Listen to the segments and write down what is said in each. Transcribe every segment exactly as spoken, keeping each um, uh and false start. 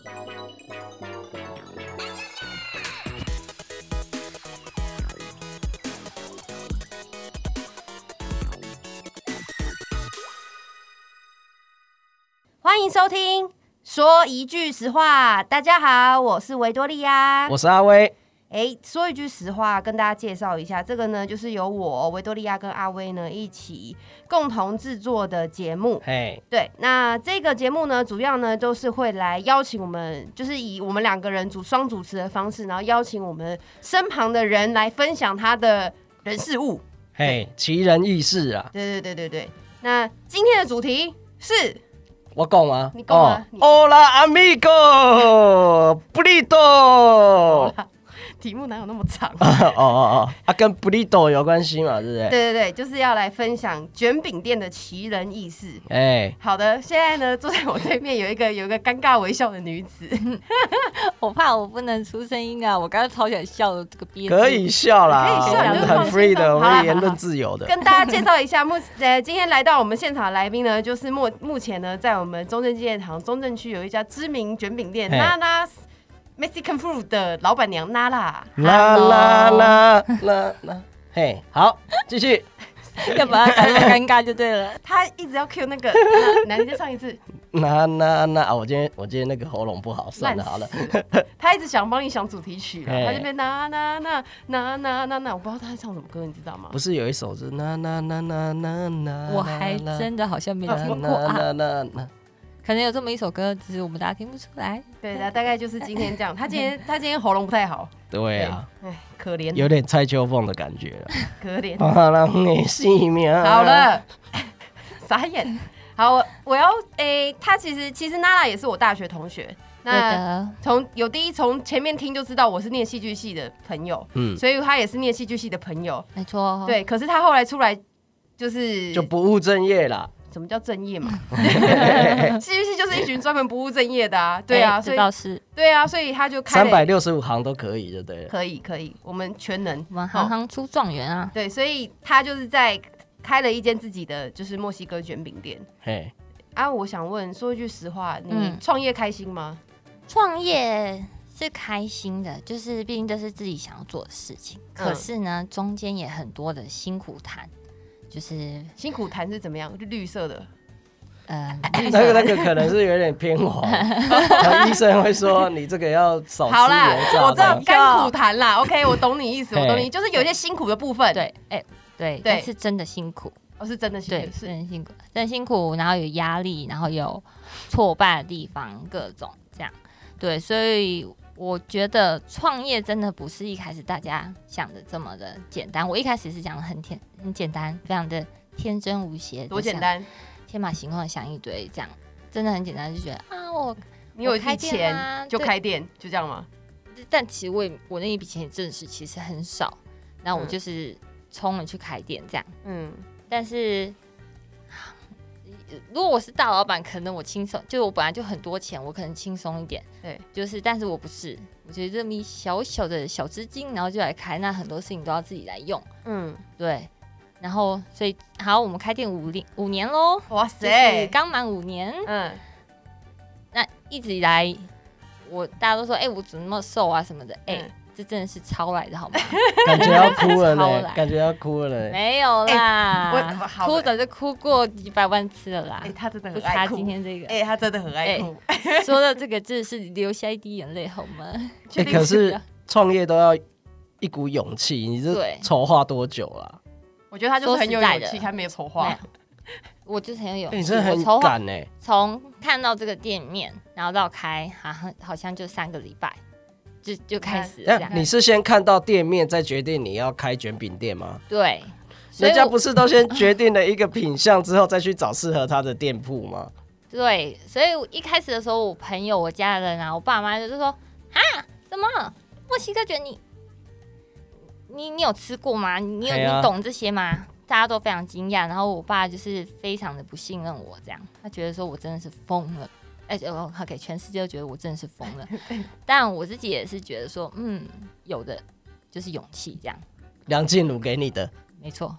欢迎收听说一句实话，大家好，我是维多利亚， 我是阿威。 哎，说一句实话，跟大家介绍一下，这个呢就是由我维多利亚跟阿威呢一起共同制作的节目。 嘿， 对，那这个节目呢，主要呢都是会来邀请我们，就是以我们两个人主双主持的方式，然后邀请我们身旁的人来分享他的人事物。 嘿，奇人异事啊！ 对对对对对。那今天的主题是。 我讲吗？ 你讲啊！ 哦啦，amigo，布利多。 题目哪有那么长？ 哦哦哦，啊，跟布利多有关系嘛，对不对？ 对对对，就是要来分享卷饼店的奇人异事。哎、 欸， 好的，现在呢，坐在我对面有一个有一个尴尬微笑的女子。 我怕我不能出声音啊！我刚刚超想笑的，这个憋可以笑啦， 可以笑， 我们很 free 的，我们言论自由的。 跟大家介绍一下，目呃今天来到我们现场的来宾呢，就是目目前呢，在我们中正纪念堂中正区有一家知名卷饼店娜拉 Mexican Food 的老板娘娜拉。 啦啦啦啦啦，嘿，好，继续。 要把它搞那么尴尬就对了。 他一直要 cue 那个，哪你再唱一次？ 那那那啊！我今天我今天那个喉咙不好，算了好了。 他一直想帮你想主题曲了，他这边那那那那那那那，我不知道他在唱什么歌，你知道吗？ 不是有一首是那那那那那那， 我还真的好像没听过啊。那那那，可能有这么一首歌，只是我们大家听不出来。 对的，大概就是今天这样。他今天他今天喉咙不太好。 对啊， 哎，可怜， 有点蔡秋凤的感觉了。 可怜。 好了，傻眼。好，我我要诶、欸，他其实其实娜拉也是我大学同学。那从有第一从前面听就知道我是念戏剧系的朋友，嗯，所以他也是念戏剧系的朋友， 没错。 对，可是他后来出来就是就不务正业啦。 什么叫正业嘛？戏剧系就是一群专门不务正业的啊，对啊， 这倒是。 对啊，所以他就开三百六十五行都可以，就对了。 可以可以，我们全能， 我们行行出状元啊。 对，所以他就是在开了一间自己的就是墨西哥卷饼店。嘿，啊，我想问，说一句实话，你创业开心吗？ 创、嗯、业是开心的，就是毕竟这是自己想要做的事情。嗯、可是呢，中间也很多的辛苦谈。就是辛苦谈是怎么样？就绿色的， 呃， 那个那个可能是有点偏黄，医生会说你这个要少吃油炸。好啦， 我知道甘苦谈啦。OK， 我懂你意思，我懂你，就是有一些辛苦的部分。 对，哎、欸，对，对，是真的辛苦， 哦，是真的辛苦， 是真的辛苦，真的辛苦，然后有压力，然后有挫败的地方，各种这样。对，所以我觉得创业真的不是一开始大家想的这么的简单。我一开始是讲的很天很简单，非常的天真无邪， 多简单， 天马行空想一堆，这样真的很简单，就觉得啊，我你有一笔钱就开店，就这样吗？ 但其实我也我那一笔钱真的是其实很少，然后我就是冲了去开店这样，嗯，但是。如果我是大老板，可能我轻松，就是我本来就很多钱，我可能轻松一点。对，就是，但是我不是，我觉得这么小小的小资金，然后就来开，那很多事情都要自己来用。嗯，对。然后，所以好，我们开店五年五年喽，哇塞，刚满五年。嗯，那一直以来，我大家都说，哎、欸，我怎么那么瘦啊什么的，哎、欸。嗯，这真的是超来的好吗？ 感觉要哭了呢，感觉要哭了呢。 没有啦，欸、哭早就哭过几百万次了啦。 哎、欸，他真的很爱哭。不差今天这个。 哎、欸，他真的很爱哭。 欸、说到这个，真的是流下一滴眼泪好吗？ 哎、欸，可是创业都要一股勇气，你这筹划多久了、啊？ 我觉得他就是很有勇气，他没有筹划。 我就是很有勇气， 欸、你真的很敢哎！ 从看到这个店面，然后到开，好像好像就三个礼拜。就, 就开始了这样。 你是先看到店面再决定你要开卷饼店吗？ 对， 人家不是都先决定了一个品项之后再去找适合他的店铺吗？ 对，所以一开始的时候，我朋友、我家人啊，我爸妈就说：“啊，什么墨西哥卷你你你有吃过吗？你有、啊、你懂这些吗？”大家都非常惊讶，然后我爸就是非常的不信任我，这样他觉得说我真的是疯了。哎、欸，哦 ，OK， 全世界都觉得我真的是疯了，但我自己也是觉得说，嗯，有的就是勇气这样。 梁静茹给你的， 没错。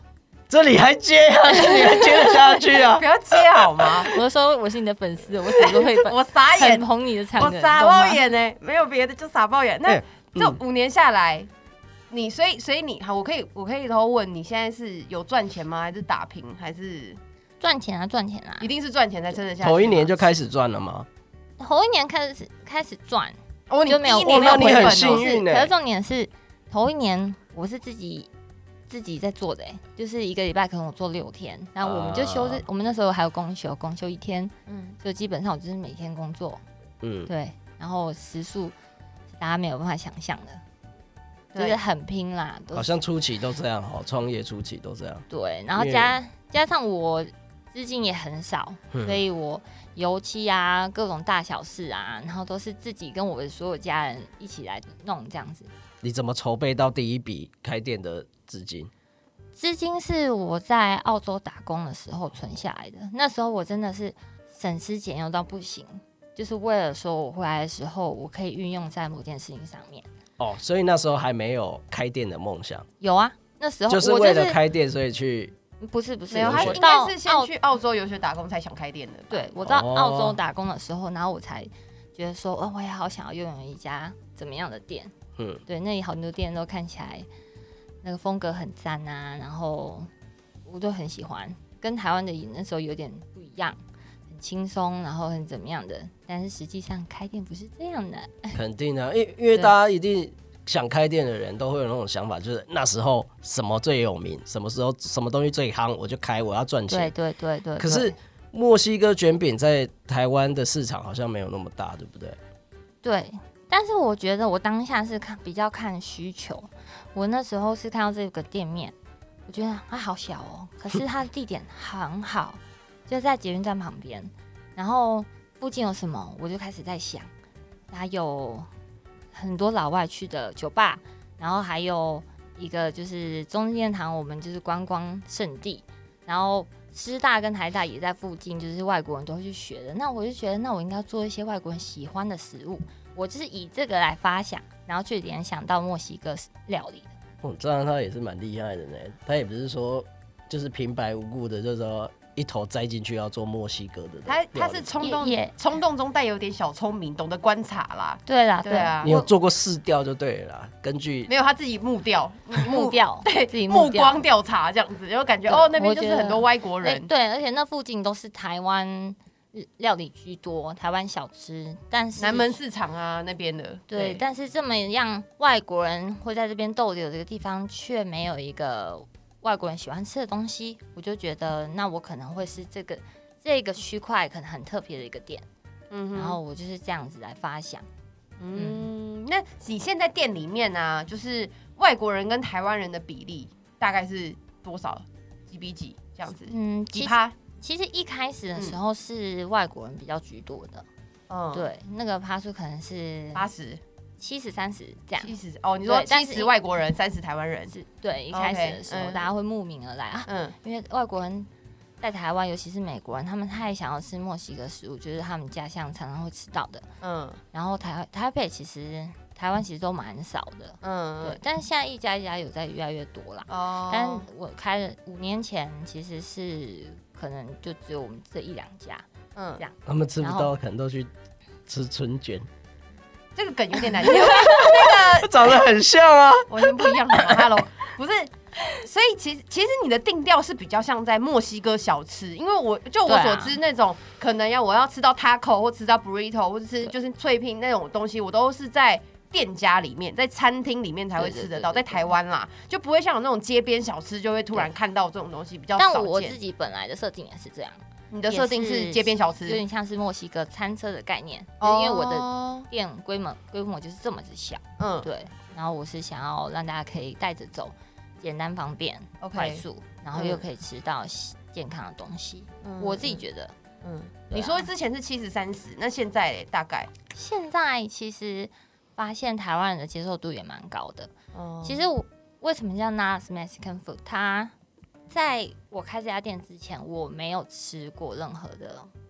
这里还接啊？你还接得下去啊？ 不要接好吗？ 我说我是你的粉丝，我什么都会我傻眼， 捧你的场， 我傻爆眼哎、欸，没有别的，就傻爆眼。那、欸嗯、这五年下来，你所以所以你好，我可以我可以偷问，你现在是有赚钱吗？还是打平？还是赚钱啊？赚钱啊！ 一定是赚钱才撑得下去。 头一年就开始赚了吗？ 头一年开始开始赚， 哦， 就没有， 我没有回本哦。 可是重点是头一年我是自己。自己在做的、欸，就是一个礼拜可能我做六天，然后我们就休日，啊、我们那时候还有公休，公休一天，嗯，所以基本上我就是每天工作，嗯，对，然后时数是大家没有办法想象的，就是很拼啦， 好像初期都这样哈，创业初期都这样， 对，然后加加上我资金也很少，嗯、所以我油漆啊，各种大小事啊，然后都是自己跟我的所有家人一起来弄这样子。 你怎么筹备到第一笔开店的资金？ 资金是我在澳洲打工的时候存下来的。那时候我真的是省吃俭用到不行，就是为了说我回来的时候，我可以运用在某件事情上面。 哦，所以那时候还没有开店的梦想？ 有啊，那时候就是为了开店，所以去。 不是不是， 他应该是先去澳洲游学打工才想开店的。 对，我到澳洲打工的时候，然后我才觉得说，哦，我也好想要拥有一家怎么样的店。嗯，对，那里好多店都看起来那个风格很赞啊，然后我都很喜欢，跟台湾的那时候有点不一样，很轻松，然后很怎么样的。但是实际上开店不是这样的。 肯定啊，因因为大家一定想开店的人都会有那种想法，就是那时候什么最有名，什么时候什么东西最夯，我就开，我要赚钱。 对对对 对, 对。 可是墨西哥卷饼在台湾的市场好像没有那么大，对不对？ 对。但是我觉得我当下是看比较看需求，我那时候是看到这个店面，我觉得它好小哦，可是它的地点很好，就在捷运站旁边，然后附近有什么，我就开始在想，它有很多老外去的酒吧，然后还有一个就是中正堂，我们就是观光胜地，然后师大跟台大也在附近，就是外国人都会去学的，那我就觉得，那我应该做一些外国人喜欢的食物。我就是以这个来发想，然后去联想到墨西哥料理的。 哦，这样他也是蛮厉害的呢。他也不是说就是平白无故的，就是说一头栽进去要做墨西哥的。 他他是冲动，冲动中带有点小聪明，懂得观察啦。 对啦， 对啊， 你有做过市调就对了啦。根据没有他自己目调， 目调对自己目光调查这样子，然后感觉哦那边就是很多外国人。 对，而且那附近都是台湾。料理居多，台湾小吃，但是南门市场啊那边的， 对，但是这么样外国人会在这边逗留这个地方，却没有一个外国人喜欢吃的东西，我就觉得那我可能会是这个这个区块可能很特别的一个店，嗯，然后我就是这样子来发想， 嗯，嗯那你现在店里面啊，就是外国人跟台湾人的比例大概是多少？几比几这样子？嗯，几趴？ 其实一开始的时候是外国人比较居多的，嗯，对，那个趴数可能是八十、 七十、三十这样。 七十哦，你说七十外国人，三十台湾人， 是对。一开始的时候， okay, 嗯、大家会慕名而来啊，嗯，因为外国人在台湾，尤其是美国人，他们太想要吃墨西哥食物，就是他们家乡常常会吃到的，嗯。然后台台北其实台湾其实都蛮少的，嗯，对。但是现在一家一家有在越来越多啦，哦。但我开了五年前，其实是。可能就只有我们这一两家，嗯，这样他们吃不到，可能都去吃春卷。 这个梗有点难听，那个长得很像啊， 完全不一样的。Hello， 不是，所以其实其实你的定调是比较像在墨西哥小吃，因为我就我所知那种、啊、可能要我要吃到 taco 或吃到 burrito 或者是就是脆拼那种东西，我都是在。店家里面，在餐厅里面才会吃得到，在台湾啦，就不会像有那种街边小吃，就会突然看到这种东西比较少见。 但我自己本来的设定也是这样， 你的设定是街边小吃， 有点像是墨西哥餐车的概念，哦、因为我的店规模规模就是这么的小，嗯，对。然后我是想要让大家可以带着走，简单方便、okay, 快速，然后又可以吃到健康的东西。嗯、我自己觉得，嗯， 啊、你说之前是七十三十，那现在大概？ 现在其实。发现台湾人的接受度也蛮高的。哦、其实我为什么叫 Nala's Mexican Food？ 它在我开这家店之前，我没有吃过任何的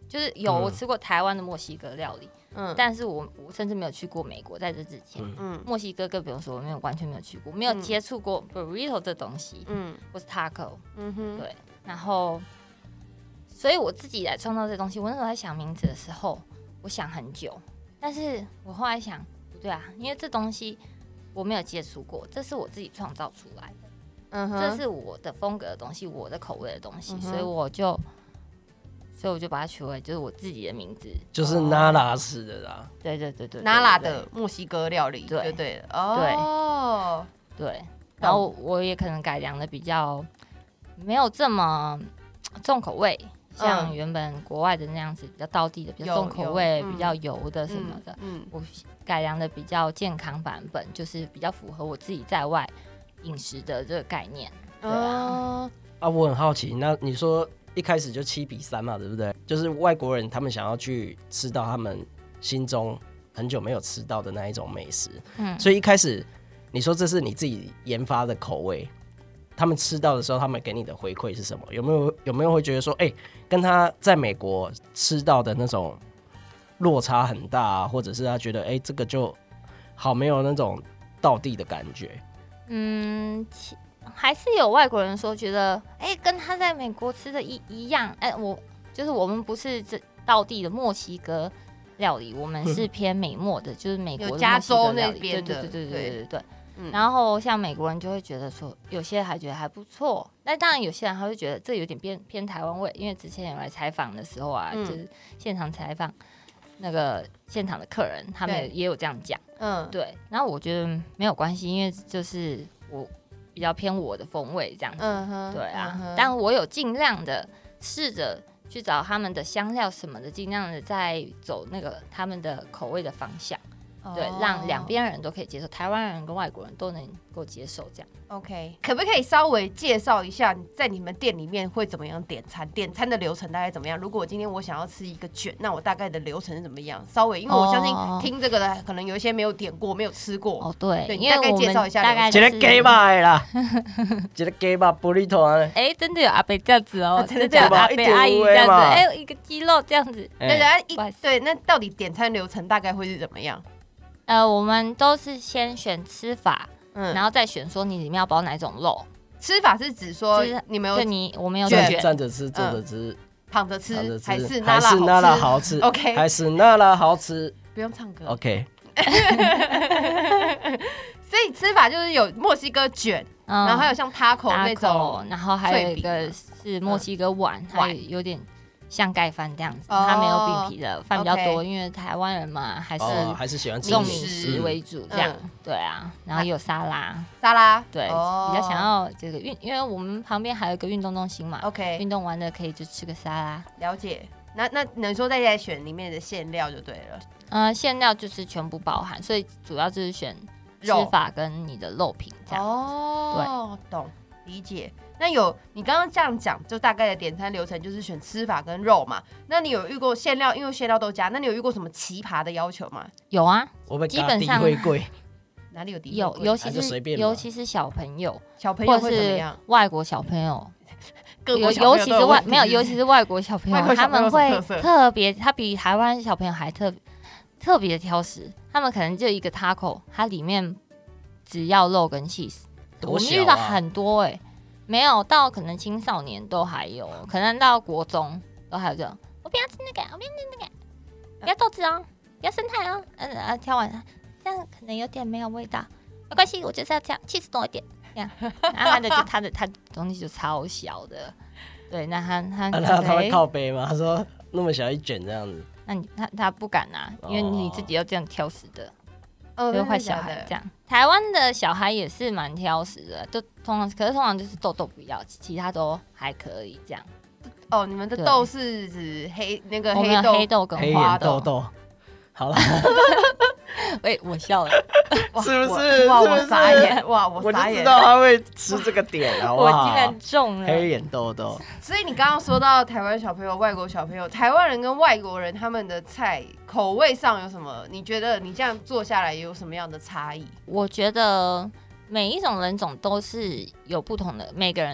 就是有我吃过台湾的墨西哥料理，嗯，但是我我甚至没有去过美国，在这之前，嗯，墨西哥更不用说，我没有完全没有去过，没有接触过 burrito 这东西，嗯，或是 taco， 嗯哼，对，然后，所以我自己来创造这东西。我那时候在想名字的时候，我想很久，但是我后来想，不对啊，因为这东西我没有接触过，这是我自己创造出来的，嗯哼，这是我的风格的东西，我的口味的东西，嗯、所以我就。所以我就把它取为就是我自己的名字， 就是 Nala 式的啦。 对对对对 ，Nala 的墨西哥料理，对对了。哦， 对对。然后我也可能改良的比较没有这么重口味，像原本国外的那样子比较道地的、比较重口味、比较油的什么的。嗯，我改良的比较健康版本，就是比较符合我自己在外饮食的这个概念。对啊。 啊，我很好奇，那你说。一开始就七比三嘛，对不对？就是外国人他们想要去吃到他们心中很久没有吃到的那一种美食，嗯，所以一开始你说这是你自己研发的口味，他们吃到的时候，他们给你的回馈是什么？有没有有没有会觉得说，哎、欸，跟他在美国吃到的那种落差很大、啊，或者是他觉得，哎、欸，这个就好没有那种道地的感觉？ 嗯。还是有外国人说觉得，哎、欸，跟他在美国吃的一一样，哎、欸，我就是我们不是这道地的墨西哥料理，我们是偏美墨的，就是美国的加州那边的， 对对对对对对对。嗯、然后像美国人就会觉得说，有些还觉得还不错，但当然有些人还会觉得这有点偏偏台湾味，因为之前有来采访的时候啊，嗯、就是现场采访那个现场的客人，他们也有这样讲，嗯，对。然后我觉得没有关系，因为就是我。比较偏我的风味这样子，嗯、对啊，嗯、但我有尽量的试着去找他们的香料什么的，尽量的在走那个他们的口味的方向，哦、对，让两边人都可以接受，台湾人跟外国人都能够接受这样。 OK， 可不可以稍微介绍一下，在你们店里面会怎么样点餐？点餐的流程大概怎么样？如果我今天我想要吃一个卷，那我大概的流程是怎么样？稍微，因为我相信听这个的可能有一些没有点过、没有吃过。 哦，对， 对，你大概介绍一下。 大概一个鸡巴啦，一个鸡巴布里头啊。 哎，真的有阿伯这样子哦，真的有阿伯阿姨这样子，哎，一个鸡肉这样子。 对对，对，那到底点餐流程大概会是怎么样？ 呃，我们都是先选吃法。嗯、然后再选说你里面要包哪种肉， 吃法是指说你没有你我没有卷， 站着吃、坐着吃、 嗯、躺着吃，还是还是那拉好吃 ？OK， 还是那拉好吃？ 不用唱歌 ，OK。 所以吃法就是有墨西哥卷，嗯、然后还有像 taco 那种， 然后还有一个是墨西哥碗，嗯、还有点。像盖饭这样子，哦、它没有饼皮的饭比较多， okay 因为台湾人嘛，还是、 哦、还是喜欢吃重饮食为主，这样、嗯、对啊。然后也有沙拉， 沙拉对，哦、比较想要这个运，因为我们旁边还有一个运动中心嘛 ，OK， 运动完的可以就吃个沙拉。 了解。那那你说再来选里面的馅料就对了， 呃，馅料就是全部包含，所以主要就是选吃法跟你的肉品这样。 哦，对，懂理解。那有你刚刚这样讲，就大概的点餐流程就是选吃法跟肉嘛。那你有遇过馅料，因为馅料都加，那你有遇过什么奇葩的要求吗？ 有啊， 我基本上哪里有低有，尤其是尤其是小朋友， 小朋友会怎么样？ 外国小朋友， 各国小朋友尤其是外没有，尤其是外国小朋友，他们会特别，他比台湾小朋友还特特别的挑食。他们可能就一个 taco， 它里面只要肉跟 cheese。我们遇到很多哎、欸。没有到可能青少年都还有，可能到国中都还有这种。我不要吃那个，我不要吃那个，不要豆子哦，不要生菜哦。嗯呃，挑完这样可能有点没有味道，没关系，我就是要这样，cheese多一点。这样，然后他的就他的他的东西就超小的，对，那他他、 啊、他他会靠背吗？他说那么小一卷这样子， 那你他他不敢啊，因为你自己要这样挑食的。哦，就坏小孩这样，台湾的小孩也是蛮挑食的，都通常，可是通常就是豆豆不要，其他都还可以这样。 哦，你们的豆是指黑那个黑豆、 黑豆跟花豆豆。好了， 喂，我笑了， 是不是？ 哇，我傻眼，哇，我傻眼， 我就知道他会吃这个点，好不好？ 我竟然中了黑眼豆豆。 所以你刚刚说到台湾小朋友、外国小朋友，台湾人跟外国人他们的菜口味上有什么？你觉得你这样做下来有什么样的差异？ 我觉得每一种人种都是有不同的，每个人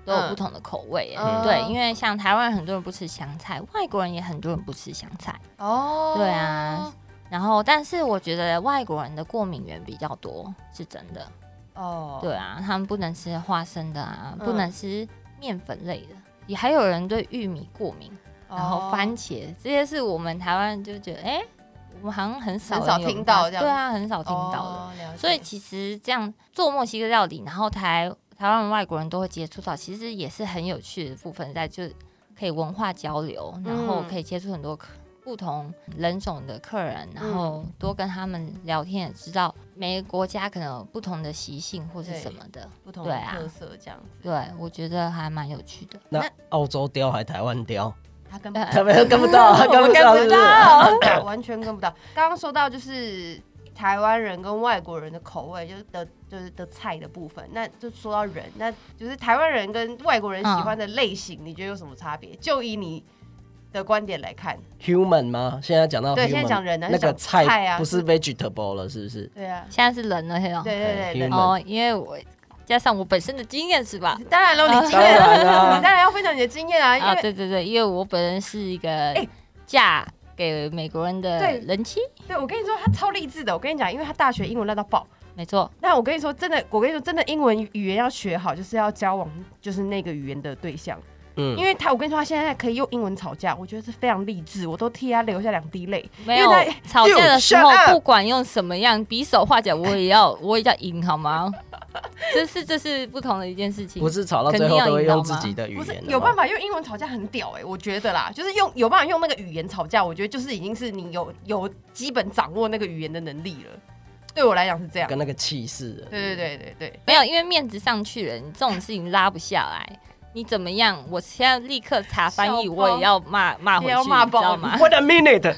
都有不同的口味、嗯、对，因为像台湾人很多人不吃香菜，外国人也很多人不吃香菜哦，对啊，然后但是我觉得外国人的过敏源比较多，是真的哦，对啊，他们不能吃花生的啊、嗯、不能吃面粉类的，也还有人对玉米过敏，然后番茄、哦、这些是我们台湾人就觉得哎、欸，我们好像很少很少听到这样， 对啊，很少听到的、哦、所以其实这样做墨西哥料理，然后台台湾外国人都会接触到，其实也是很有趣的部分在，就可以文化交流，然后可以接触很多不同人种的客人，然后多跟他们聊天，也知道每个国家可能有不同的习性或是什么的， 不同的特色这样子。 对，我觉得还蛮有趣的。 那澳洲雕还台湾雕？ 他跟不他们跟不到，他跟不到， 跟不到，完全跟不到。刚刚说到就是台湾人跟外国人的口味，就是的，就是的菜的部分。那就说到人，那就是台湾人跟外国人喜欢的类型，嗯、你觉得有什么差别？就以你的观点来看 ，human 吗？现在讲到 human, 对，现在讲人呢， 那个菜菜啊， 不是 vegetable 了，是不是？ 对啊， 现在是人了，对对对对。 哦，因为我。加上我本身的经验是吧？ 当然了，你经验，啊、你当然要分享你的经验啊！因为啊，对对对，因为我本人是一个嫁给美国人的人妻。 对，对我跟你说，他超励志的。我跟你讲，因为他大学英文烂到爆， 没错。 那我跟你说，真的，我跟你说，真的，英文语言要学好，就是要交往，就是那个语言的对象。嗯，因为他，我跟你说，他现在可以用英文吵架，我觉得是非常励志，我都替他流下两滴泪。 没有吵架的时候，不管用什么样比手画脚，我也要，我也要赢，好吗？这是这是不同的一件事情， 不是吵到最后都会用自己的语言，不是有办法用英文吵架很屌哎、欸，我觉得啦，就是用有办法用那个语言吵架，我觉得就是已经是你有有基本掌握那个语言的能力了。对我来讲是这样， 跟那个气势。 对对对对对， 没有，因为面子上去了，你这种事情拉不下来。你怎么样？我现在立刻查翻译，我也要骂骂回去，你知道吗 ？Wait a minute,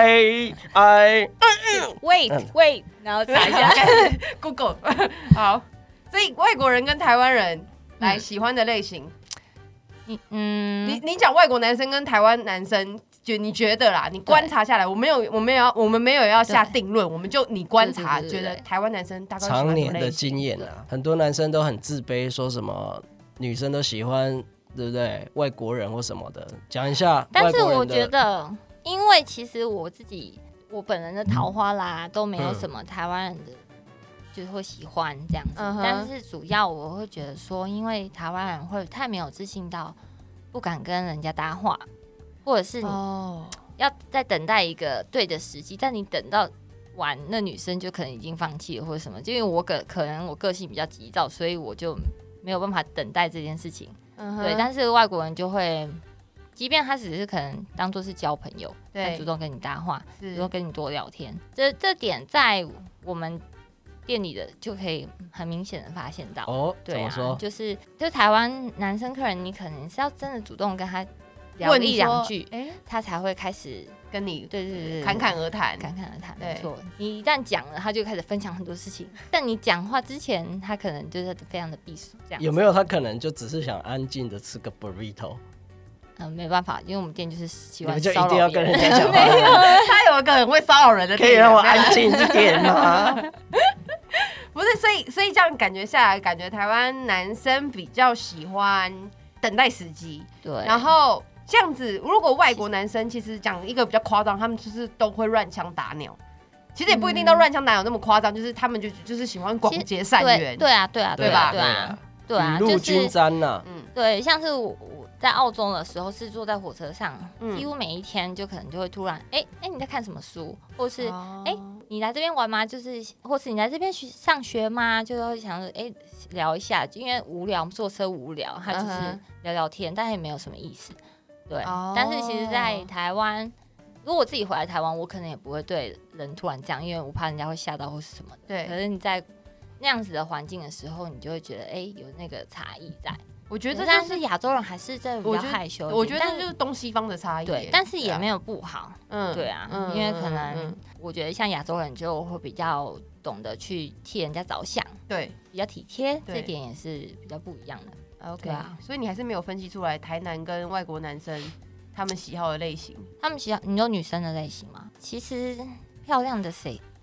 I I wait wait， 然后查一下 Google 好。所以外国人跟台湾人来喜欢的类型，你嗯，你你讲外国男生跟台湾男生，就你觉得啦，你观察下来，我没有我没有要我们没有要下定论，我们就你观察觉得台湾男生大概常年的经验啊，很多男生都很自卑，说什么女生都喜欢对不对外国人或什么的，讲一下。 但是我觉得，因为其实我自己我本人的桃花啦、嗯、都没有什么台湾人的。就是会喜欢这样子， uh-huh. 但是主要我会觉得说，因为台湾人会太没有自信到不敢跟人家搭话，或者是你要在等待一个对的时机，但你等到晚，那女生就可能已经放弃了或者什么。就因为我个可能我个性比较急躁，所以我就没有办法等待这件事情。Uh-huh. 对，但是外国人就会，即便他只是可能当作是交朋友，对，主动跟你搭话，主动跟你多聊天，这这点在我们店里的就可以很明显的发现到哦， 对啊， 怎么说？ 就是就台湾男生客人，你可能是要真的主动跟他聊一两句，哎，他才会开始跟你对对对侃侃而谈， 侃侃而谈，没错。你一旦讲了，他就开始分享很多事情，但你讲话之前，他可能就是非常的避暑，这样有没有？他可能就只是想安静的吃个 burrito。 嗯，没办法，因为我们店就是喜欢骚扰别人，就一定要跟人家讲话。 没有，他有一个很会骚扰人的店， 可以让我安静一点吗？ 不是，所以所以这样感觉下来，感觉台湾男生比较喜欢等待时机， 对。 然后这样子，如果外国男生其实讲一个比较夸张，他们就是都会乱枪打鸟。其实也不一定到乱枪打鸟那么夸张，就是他们就就是喜欢广结善缘。 对啊，对啊， 对吧？ 对啊，对啊， 雨露均沾呐。 嗯，对，像是我。在澳洲的时候是坐在火车上，嗯、几乎每一天就可能就会突然，哎、欸、哎、欸、你在看什么书，或是哎、哦欸、你来这边玩吗？就是或是你来这边上学吗？就会想说哎、欸、聊一下，因为无聊坐车无聊，他就是聊聊天，嗯、但也没有什么意思。对，哦、但是其实，在台湾，如果我自己回来台湾，我可能也不会对人突然这样，因为我怕人家会吓到或是什么的。 对， 可是你在那样子的环境的时候，你就会觉得哎、欸、有那个差异在。 我觉得， 但是亚洲人还是真的比较害羞一点。 我觉得这就是东西方的差异。 对，但是也没有不好。嗯，对啊，嗯、因为可能我觉得像亚洲人就会比较懂得去替人家着想， 对， 比较体贴，这点也是比较不一样的。 OK 啊，所以你还是没有分析出来台南跟外国男生他们喜好的类型。 他们喜好，你说女生的类型吗？其实漂亮的谁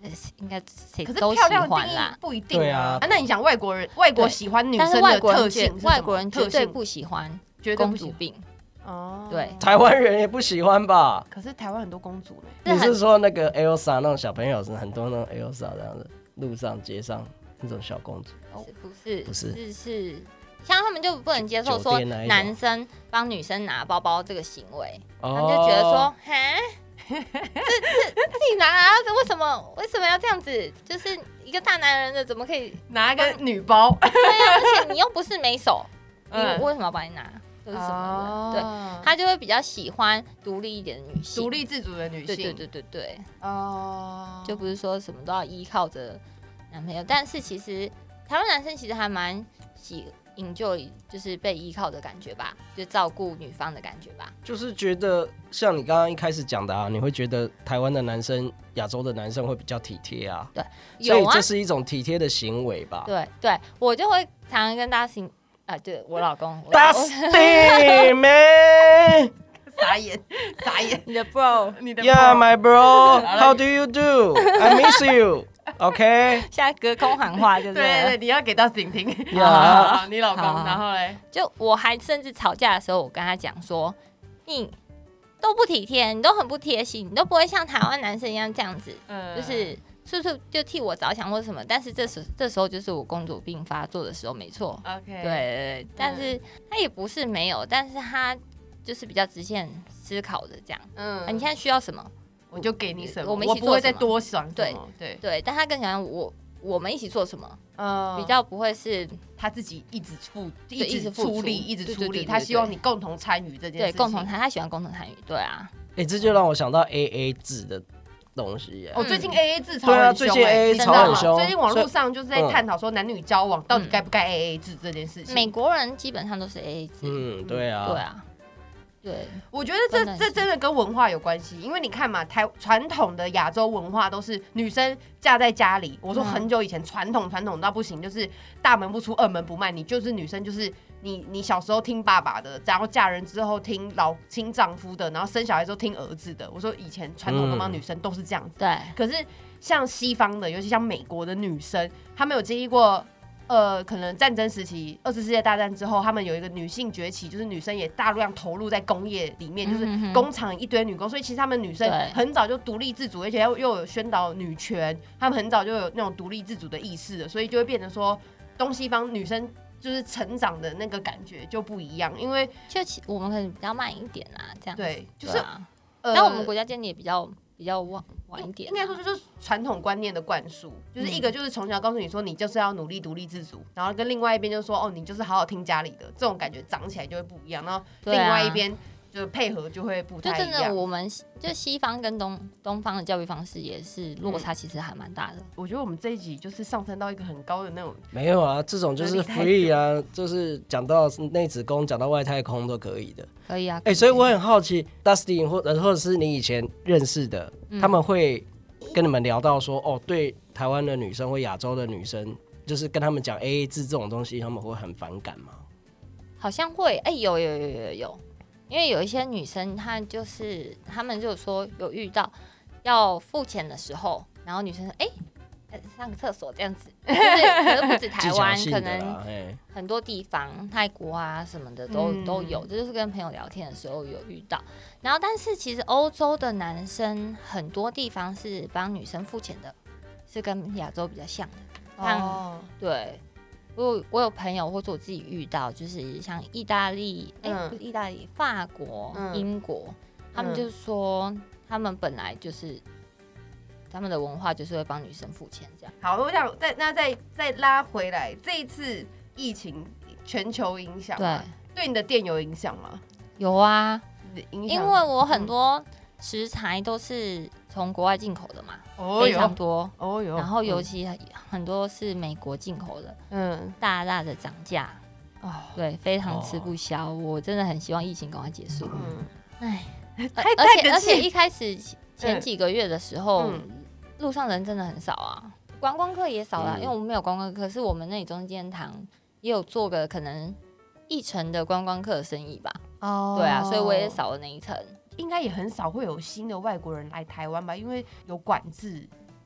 应该谁都喜欢啦， 不一定啊。啊那你想外国人，外国喜欢女生的特性是什么？ 外国人绝对不喜欢公主病。哦，对， 台湾人也不喜欢吧？ 可是台湾很多公主呢。你是说那个 Elsa 那种小朋友是很多那种 Elsa 这样子，路上街上那种小公主？ 不是， 不是， 是是，像他们就不能接受说男生帮女生拿包包这个行为，他们就觉得说，哈。这这自己拿啊？为什么为什么要这样子？就是一个大男人的怎么可以拿一个女包？ 对啊，而且你又不是没手，嗯、你为什么要帮你拿？就是什么的？哦、对，他就会比较喜欢独立一点的女性， 独立自主的女性。 对对对对对。哦，就不是说什么都要依靠着男朋友，但是其实台湾男生其实还蛮喜。enjoy 就是被依靠的感觉吧，就照顾女方的感觉吧。 就是觉得像你刚刚一开始讲的啊，你会觉得台湾的男生、亚洲的男生会比较体贴啊。 对， 所以这是一种体贴的行为吧。 对对，我就会常常跟大家啊，对我老公 ，Dusty man， 傻眼傻眼， 你的 bro， 你的 Yeah my bro，How do you do？ I miss you。OK， 现在隔空喊话就是， 对对，你要给到婷婷，好，你老公，然后嘞， 就我还甚至吵架的时候，我跟他讲说，你都不体贴，你都很不贴心，你都不会像台湾男生一样这样子，嗯，就是是不是就替我着想或什么？但是这时这时候就是我公主病发作的时候，没错 ，OK， 对对对，但是他也不是没有，但是他就是比较直线思考的这样，嗯，啊、你现在需要什么？ 我就给你什么， 我们一起做什么， 我不会再多想什么。 对对对，但他更想要我，我们一起做什么，嗯，比较不会是他自己一直付，一直出力，一直出力。他希望你共同参与这件事情， 对，共同参，他喜欢共同参与，对啊。 哎，这就让我想到 A A 制的东西。 哦，最近 A A 制吵很凶， 最近 A A 吵很凶。 最近网络上就是在探讨说男女交往到底该不该 A A 制这件事情。 美国人基本上都是 A A 制， 嗯，对啊， 对啊。对， 我觉得这这真的跟文化有关系，因为你看嘛，台传统的亚洲文化都是女生嫁在家里。我说很久以前传统传统到不行，就是大门不出二门不迈，你就是女生，就是你你小时候听爸爸的，然后嫁人之后听老听丈夫的，然后生小孩之后听儿子的。我说以前传统东方女生都是这样子， 对。 可是像西方的，尤其像美国的女生，她们有经历过。呃，可能战争时期，二次世界大战之后，他们有一个女性崛起，就是女生也大量投入在工业里面，就是工厂一堆女工，所以其实他们女生很早就独立自主，而且又有宣导女权，他们很早就有那种独立自主的意识了，所以就会变成说，东西方女生就是成长的那个感觉就不一样，因为就其我们可能比较慢一点啊，这样子对，就是， 啊呃、但我们国家建立也比较。比较晚晚一点、啊， 应该说就是传统观念的灌输，就是一个就是从小告诉你说你就是要努力独立自主，然后跟另外一边就说哦你就是好好听家里的，这种感觉长起来就会不一样，然后另外一边就配合就会不太一样。 就真的我们就西方跟东东方的教育方式也是落差其实还蛮大的、嗯。 我觉得我们这一集就是上升到一个很高的那种， 没有啊，这种就是 free 啊，就是讲到内子宫讲到外太空都可以的。 可以啊， 哎、欸，所以我很好奇 ，Dusty 或者或者是你以前认识的，嗯、他们会跟你们聊到说，哦，对台湾的女生或亚洲的女生，就是跟他们讲 A A 制这种东西，他们会很反感吗？ 好像会，哎、欸，有有有有有，因为有一些女生，她就是他们就说有遇到要付钱的时候，然后女生说，哎、欸。上个厕所这样子，就是可是不止台湾，可能很多地方，泰国啊什么的都、嗯、都有，这就是跟朋友聊天的时候有遇到。然后，但是其实欧洲的男生很多地方是帮女生付钱的，是跟亚洲比较像的。哦，对，我我有朋友或者我自己遇到，就是像意大利，哎、欸，不是意大利，法国、嗯、英国，他们就是说他们本来就是。他们的文化就是会帮女生付钱，这样。 好，我想再那再再拉回来，这一次疫情全球影响，对，对你的店有影响吗？ 有啊，因为我很多食材都是从国外进口的嘛，哦、非常多，哦然后尤其很多是美国进口的，嗯，大大的涨价，哦，对，非常吃不消。哦、我真的很希望疫情赶快结束，嗯，哎，而且而且一开始前几个月的时候。嗯路上人真的很少啊，观光客也少啦、啊嗯，因为我们没有观光客，可是我们那里中间堂也有做个可能一成的观光客的生意吧。哦，对啊，所以我也少了那一层。 应该也很少会有新的外国人来台湾吧，因为有管制。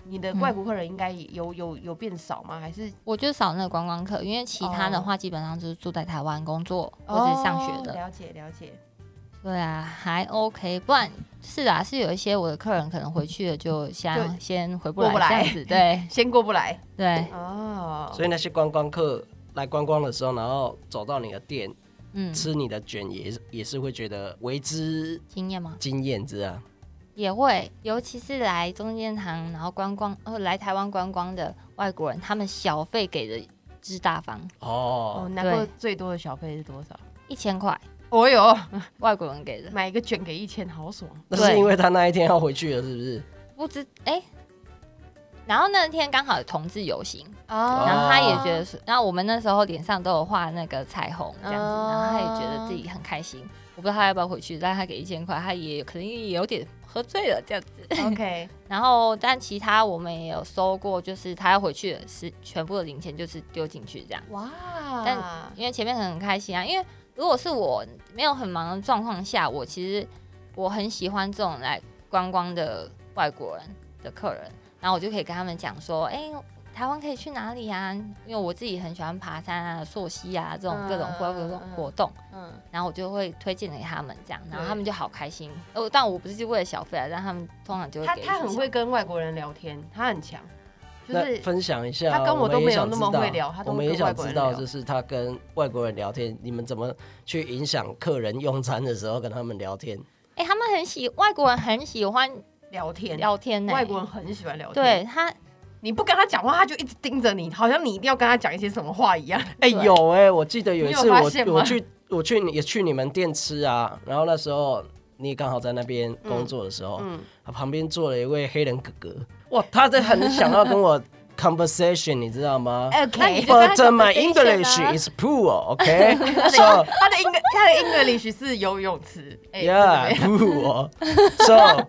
你的外国客人应该有有有变少吗？还是我就少那个观光客，因为其他的话基本上就是住在台湾工作、哦、或者上学的。 了解了解。 对啊，还 OK， 不然是啊，是有一些我的客人可能回去了就先先回不来这样子，对， 先过不来， 对， 哦，所以那些观光客来观光的时候，然后走到你的店，嗯，吃你的卷也也是会觉得为之惊艳吗？ 惊艳之啊， 也会，尤其是来中间堂然后观光呃来台湾观光的外国人，他们小费给的之大方哦，哦，拿过最多的小费是多少？ 一千块。 哦哟， 外国人给的， 买一个卷给一千，好爽。 那是因为他那一天要回去了，是不是？ 不知哎、欸，然后那天刚好有同志游行，哦，然后他也觉得是，然后我们那时候脸上都有画那个彩虹这样子，哦，然后他也觉得自己很开心。我不知道他要不要回去，但他给一千块，他也可能也有点喝醉了这样子。 OK， 然后但其他我们也有收过，就是他要回去的是全部的零钱就是丢进去这样。哇！但因为前面很开心啊，因为。如果是我没有很忙的状况下，我其实我很喜欢这种来观光的外国人的客人，然后我就可以跟他们讲说，哎、欸，台湾可以去哪里啊？因为我自己很喜欢爬山啊、溯溪啊这种各种活动活动，嗯，然后我就会推荐给他们这样，然后他们就好开心。呃，但我不是为了小费啊，但他们通常就会给他。他很会跟外国人聊天，他很强。就是分享一下， 他跟我都没有那么会聊，他我们也想知道，就是他跟外国人聊天，你们怎么去影响客人用餐的时候跟他们聊天？ 哎、欸，他们很喜外国人很喜欢聊天， 聊天、欸， 外国人很喜欢聊天。 对他， 你不跟他讲话，他就一直盯着你，好像你一定要跟他讲一些什么话一样。 哎、欸，有哎、欸，我记得有一次我我去我去也去你们店吃啊，然后那时候你也刚好在那边工作的时候，嗯，嗯旁边坐了一位黑人哥哥。哇，他在很想要跟我 conversation， 你知道吗 ？OK， but my English is poor，OK？ So 他的英他的 English 是游泳池 ，Yeah， poor。So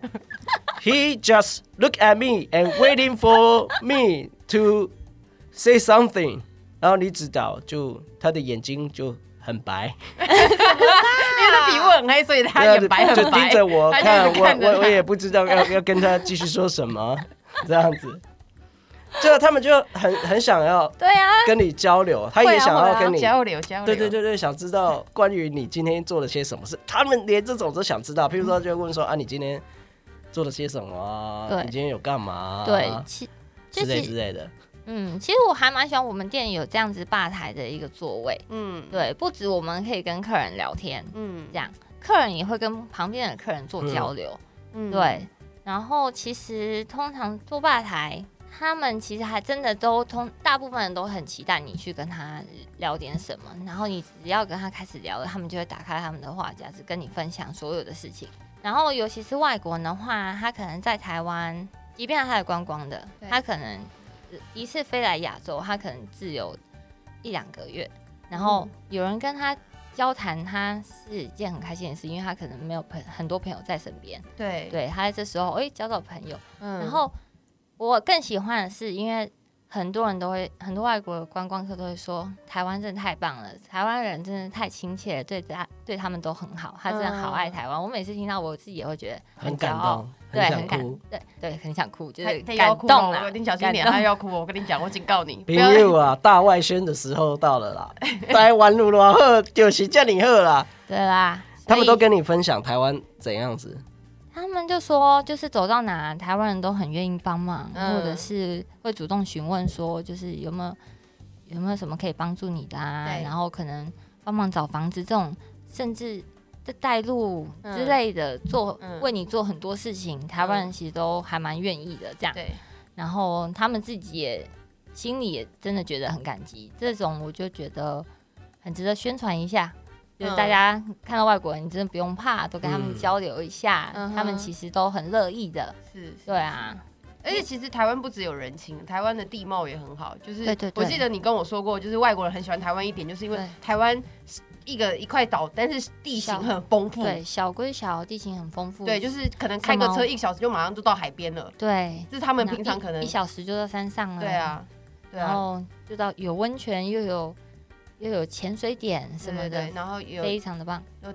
he just look at me and waiting for me to say something， 然后你知道，就他的眼睛就很白。 因为他皮肤很黑，所以他眼白很白， 就盯着我看，我我我也不知道要要跟他继续说什么，这样子，就他们就很很想要对啊跟你交流，他也想要跟你交流交流， 对对对对，想知道关于你今天做了些什么事，他们连这种都想知道。譬如说，就会问说啊，你今天做了些什么啊？你今天有干嘛啊？ 对，其之类之类的。 嗯，其实我还蛮喜欢我们店有这样子吧台的一个座位，嗯，对，不止我们可以跟客人聊天，嗯，这样客人也会跟旁边的客人做交流，嗯，对，然后其实通常坐吧台，他们其实还真的都通，大部分人都很期待你去跟他聊点什么，然后你只要跟他开始聊了，他们就会打开他们的话匣子跟你分享所有的事情，然后尤其是外国人的话，他可能在台湾，即便他来观光的，他可能一次飞来亚洲，他可能自由一两个月，然后有人跟他交谈，他是一件很开心的事，因为他可能没有朋很多朋友在身边。对，对，他在这时候哎、欸、交到朋友、嗯。然后我更喜欢的是，因为很多人都会，很多外国的观光客都会说，台湾真的太棒了，台湾人真的太亲切了，对他对他们都很好，他真的好爱台湾、嗯。我每次听到，我自己也会觉得很感动。 对，很感，对对，很想哭，就是感动啦。 你小心点，他要哭，我跟你讲，我警告你。 朋友啊，大外宣的时候到了啦，台湾路偌好，就是这么好啦。 对啦， 他们都跟你分享台湾怎样子？ 他们就说，就是走到哪，台湾人都很愿意帮忙、嗯，或者是会主动询问说，就是有没有有没有什么可以帮助你的啊？然后可能帮忙找房子这种，甚至。带路之类的、嗯、做、嗯、为你做很多事情、嗯、台湾人其实都还蛮愿意的这样，对，然后他们自己也心里也真的觉得很感激，这种我就觉得很值得宣传一下、嗯、就是大家看到外国人你真的不用怕，都跟他们交流一下、嗯、他们其实都很乐意的，是，对啊， 而且其实台湾不只有人情，台湾的地貌也很好，就是我记得你跟我说过，就是外国人很喜欢台湾一点，就是因为台湾一个一块岛，但是地形很丰富。 对，小归小，地形很丰富。 对，就是可能开个车一小时就马上就到海边了。 对， 就是他们平常可能一, 一小时就到山上了。 对啊，对啊， 然后就到有温泉，又有又有潜水点什么的，对对对， 然后有非常的棒。 有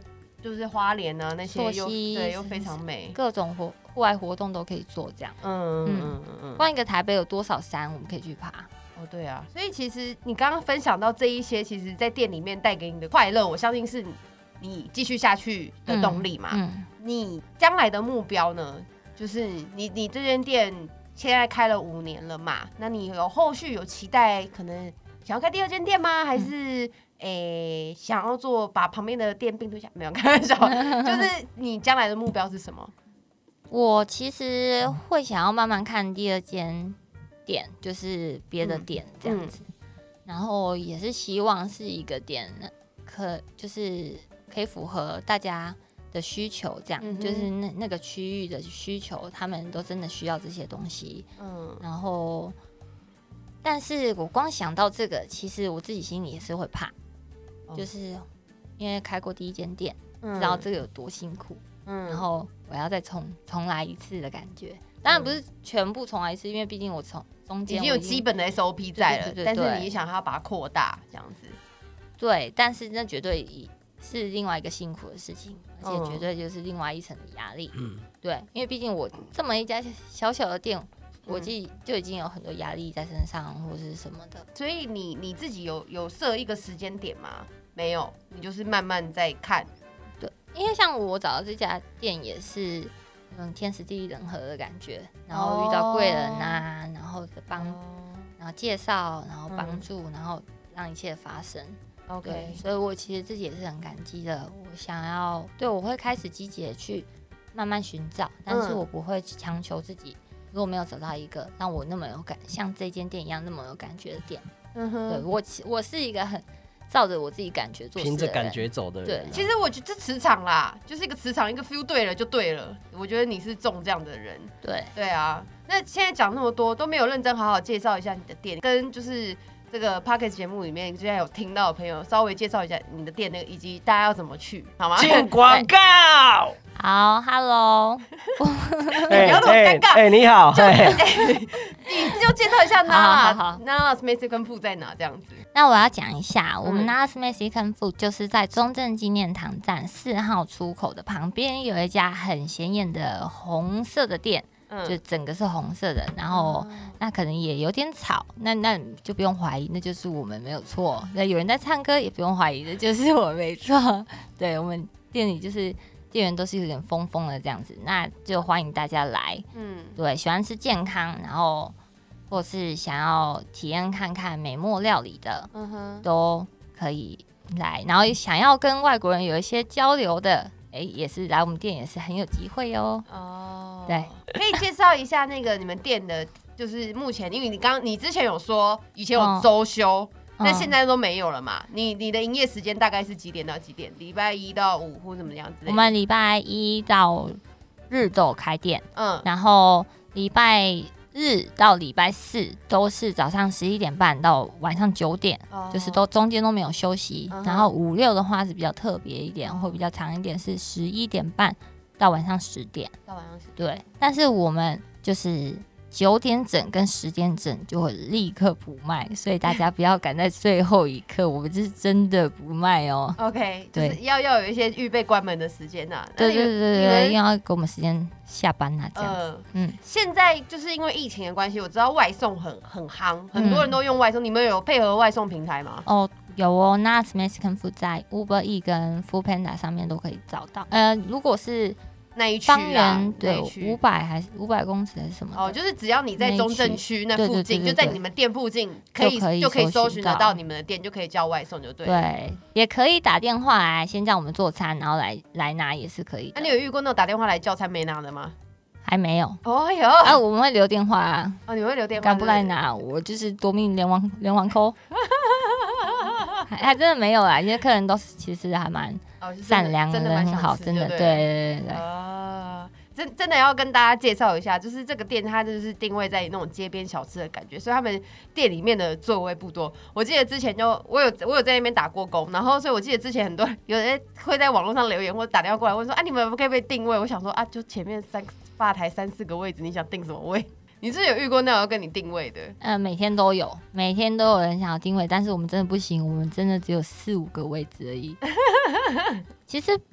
就是花莲啊那些又对又非常美， 各种活户外活动都可以做这样。嗯嗯嗯嗯，光一个台北有多少山我们可以去爬？ 哦，对啊，所以其实你刚刚分享到这一些，其实在店里面带给你的快乐，我相信是你继续下去的动力嘛。嗯嗯、你将来的目标呢？就是你你这间店现在开了五年了嘛？那你有后续有期待，可能想要开第二间店吗？还是？嗯诶、欸，想要做把旁边的店并吞下，没有开玩笑，就是你将来的目标是什么？ 我其实会想要慢慢看第二间店，就是别的店这样子，嗯、然后也是希望是一个店可就是可以符合大家的需求，这样、嗯、就是那那个区域的需求，他们都真的需要这些东西，嗯，然后但是我光想到这个，其实我自己心里也是会怕。就是因为开过第一间店，嗯、知道这个有多辛苦，嗯、然后我要再重重来一次的感觉。当然不是全部重来一次，因为毕竟我从中间已经有基本的 S O P 在了，对对对对，但是你想要把它扩大这样子。 对，但是那绝对是另外一个辛苦的事情，而且绝对就是另外一层的压力。嗯，对，因为毕竟我这么一家小小的店。我自己就已经有很多压力在身上，或是什么的， 所以你你自己有有设一个时间点吗？没有，你就是慢慢在看。 对，因为像我找到这家店也是，嗯，天时地利人和的感觉，然后遇到贵人啊，然后帮，然后介绍，然后帮助，嗯、然后让一切发生。OK， 所以我其实自己也是很感激的。我想要，对我会开始积极的去慢慢寻找，但是我不会强求自己。如果没有找到一个让我那么有感，像这间店一样那么有感觉的店，嗯哼，对我我是一个很照着我自己感觉做事的人， 凭着感觉走的人。 对，其实我觉得这磁场啦，就是一个磁场，一个 feel 对了就对了。我觉得你是中这样的人， 对对啊。那现在讲那么多，都没有认真好好介绍一下你的店，跟就是这个 Podcast 节目里面之前有听到的朋友，稍微介绍一下你的店，那个以及大家要怎么去，好吗？ 进广告。 好 ，Hello， 不要那么尴尬。 哎、欸欸，你好，就欸、你就介绍一下 Nala's Mexican Food 在哪这样子。 那我要讲一下，我们 Nala's Mexican Food 就是在中正纪念堂站四号出口的旁边有一家很显眼的红色的店。嗯、就整个是红色的，然后、嗯、那可能也有点吵，那那就不用怀疑，那就是我们没有错。那有人在唱歌，也不用怀疑，那就是我们没错。对，我们店里就是店员都是有点疯疯的这样子，那就欢迎大家来。嗯，对，喜欢吃健康，然后或是想要体验看看美墨料理的，嗯哼，都可以来。然后想要跟外国人有一些交流的。哎，也是来我们店也是很有机会哦。哦，对， 可以介绍一下那个你们店的，就是目前，因为你刚你之前有说以前有周休，但、哦、现在都没有了嘛。你你的营业时间大概是几点到几点？礼拜一到五或怎么样之类的？ 我们礼拜一到日都有开店，嗯，然后礼拜日到礼拜四都是早上十一点半到晚上九点，哦、就是都中间都没有休息。嗯、然后五六的话是比较特别一点，会比较长一点，是十一点半到晚上十点。 到晚上十点。 对，但是我们就是九点整跟十点整就会立刻不卖，所以大家不要赶在最后一刻，我们是真的不卖哦。 OK， 就是要要有一些预备关门的时间呐、啊。 对对对对，要给我们时间下班呐、啊，这样子。呃、 嗯，现在就是因为疫情的关系，我知道外送很很夯，很多人都用外送。嗯、你们有配合外送平台吗？ 哦，有哦 ，Nala's Mexican Food 在 Uber E 跟 Foodpanda 上面都可以找到。呃，如果是那一区方圆对五百还是五百公尺还是什么？ 哦，就是只要你在中正区那附近，就在你们店附近，可以就可以搜寻得到你们的店，就可以叫外送，就对了。 对，也可以打电话来，先叫我们做餐，然后来来拿也是可以的。 那、啊、你有遇过那种打电话来叫餐没拿的吗？ 还没有。 哦有啊，我们会留电话啊。 哦，你会留电话？ 敢不来拿，我就是夺命连环连环扣。还, 还真的没有啦，因为客人都是其实还蛮善良的， 真的很好，真的，对对对对。 啊，真真的要跟大家介绍一下，就是这个店它就是定位在那种街边小吃的感觉，所以他们店里面的座位不多。我记得之前就我有我有在那边打过工，然后所以我记得之前很多有人会在网络上留言或者打电话过来问说啊，你们可不可以被定位？我想说啊，就前面三吧台三四个位置，你想定什么位？你是有遇过那种要跟你定位的？ 呃，每天都有，每天都有人想要定位，但是我们真的不行，我们真的只有四五个位置而已。其实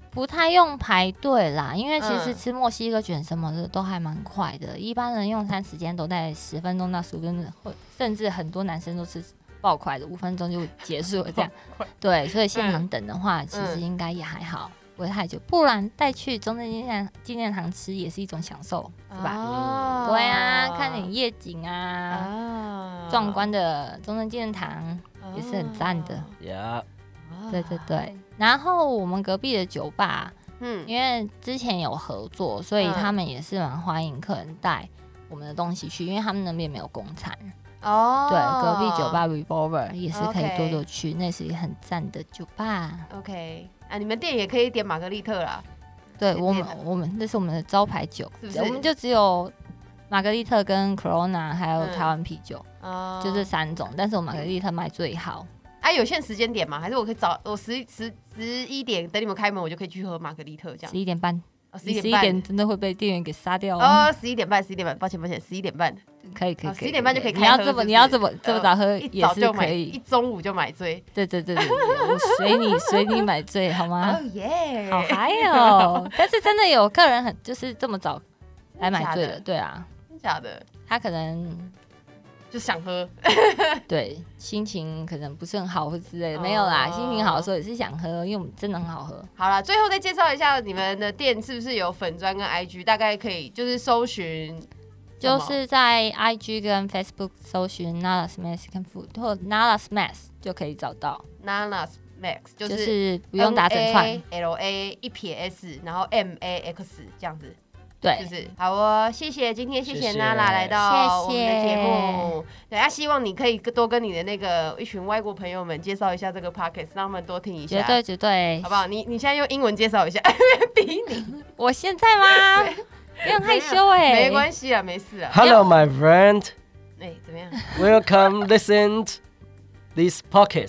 不太用排队啦，因为其实吃墨西哥卷什么的都还蛮快的，嗯、一般人用餐时间都在十分钟到十五分钟，甚至很多男生都是爆快的，五分钟就结束了这样。对，所以现场等的话，嗯、其实应该也还好，不会太久。不然带去中正纪念纪念堂吃也是一种享受，是吧？哦、对啊，看点夜景啊，壮、哦、观的中正纪念堂也是很赞的。 Yeah. 对对对，然后我们隔壁的酒吧，嗯，因为之前有合作，所以他们也是蛮欢迎客人带我们的东西去，因为他们那边没有公餐哦。对，隔壁酒吧 Revolver 也是可以多多去， okay. 那是一个很赞的酒吧。 OK， 啊，你们店也可以点玛格丽特啦。 对我们，我们那是我们的招牌酒，是不是？我们就只有玛格丽特跟 Corona 还有台湾啤酒，嗯、就这三种，但是我玛格丽特卖最好。 啊，有限时间点吗？还是我可以早我十十十一点等你们开门，我就可以去喝玛格丽特这样？ 十一点半， 哦，十一点半，十一点真的会被店员给杀掉哦。十一点半，十一点半，抱歉抱歉，十一点半， 可以可以， 十一点半就可以开喝。 你要这么你要这么这么早喝， 一早就买，一中午就买醉。 对对对对，我随你随你买醉好吗？ 哦耶， 好嗨哦！但是真的有客人很就是这么早来买醉的，对啊， 真假的？ 他可能。 就想喝， 对，心情可能不是很好或之类的，没有啦，心情好的时候也是想喝，因为我们真的很好喝。 好啦，最后再介绍一下你们的店是不是有粉专跟 I G， 大概可以就是搜寻， 就是在 I G 跟 Facebook 搜寻 Nala's Mexican Food 或 Nala's Max 就可以找到。 Nala's Max 就是、 就是不用打整串 ，L A 一撇 S， 然后 M A X 这样子。 对， 就是好哦，谢谢今天谢谢娜拉来到我们的节目。对，啊，希望你可以多跟你的那个一群外国朋友们介绍一下这个 podcast， 让他们多听一下。 绝对绝对， 好不好？你你现在用英文介绍一下，逼你。 我现在吗？有点害羞哎、 欸，没关系啊，没事啊。 Hello, my friend. 哎、欸，怎么样 ？Welcome, listen to this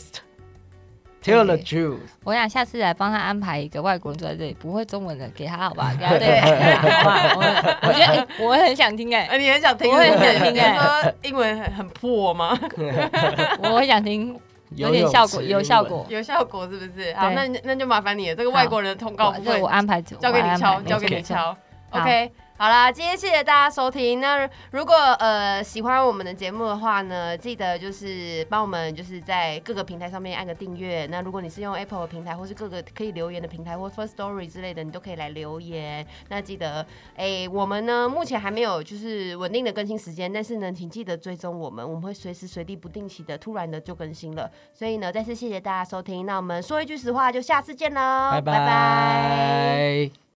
podcast.Tell the truth。 我想下次来帮他安排一个外国人坐在这里不会中文的，给他好吧？给他对，好吧？我我觉得、欸、我很想听哎、 欸，你很想听， 我很想听哎、 欸。说英文很很破吗？ 我很想听，有点效果，有效果， 有效果是不是？好，那那就麻烦你了，这个外国人的通告部分我安排， 交给你敲，交给你敲 ，OK。好啦，今天谢谢大家收听。那如果呃喜欢我们的节目的话呢，记得就是帮我们就是在各个平台上面按个订阅。那如果你是用 Apple 的平台或是各个可以留言的平台或 First Story 之类的，你都可以来留言。那记得，哎，我们呢目前还没有就是稳定的更新时间，但是呢，请记得追踪我们，我们会随时随地不定期的突然的就更新了。所以呢，再次谢谢大家收听。那我们说一句实话，就下次见喽， 拜拜。拜拜。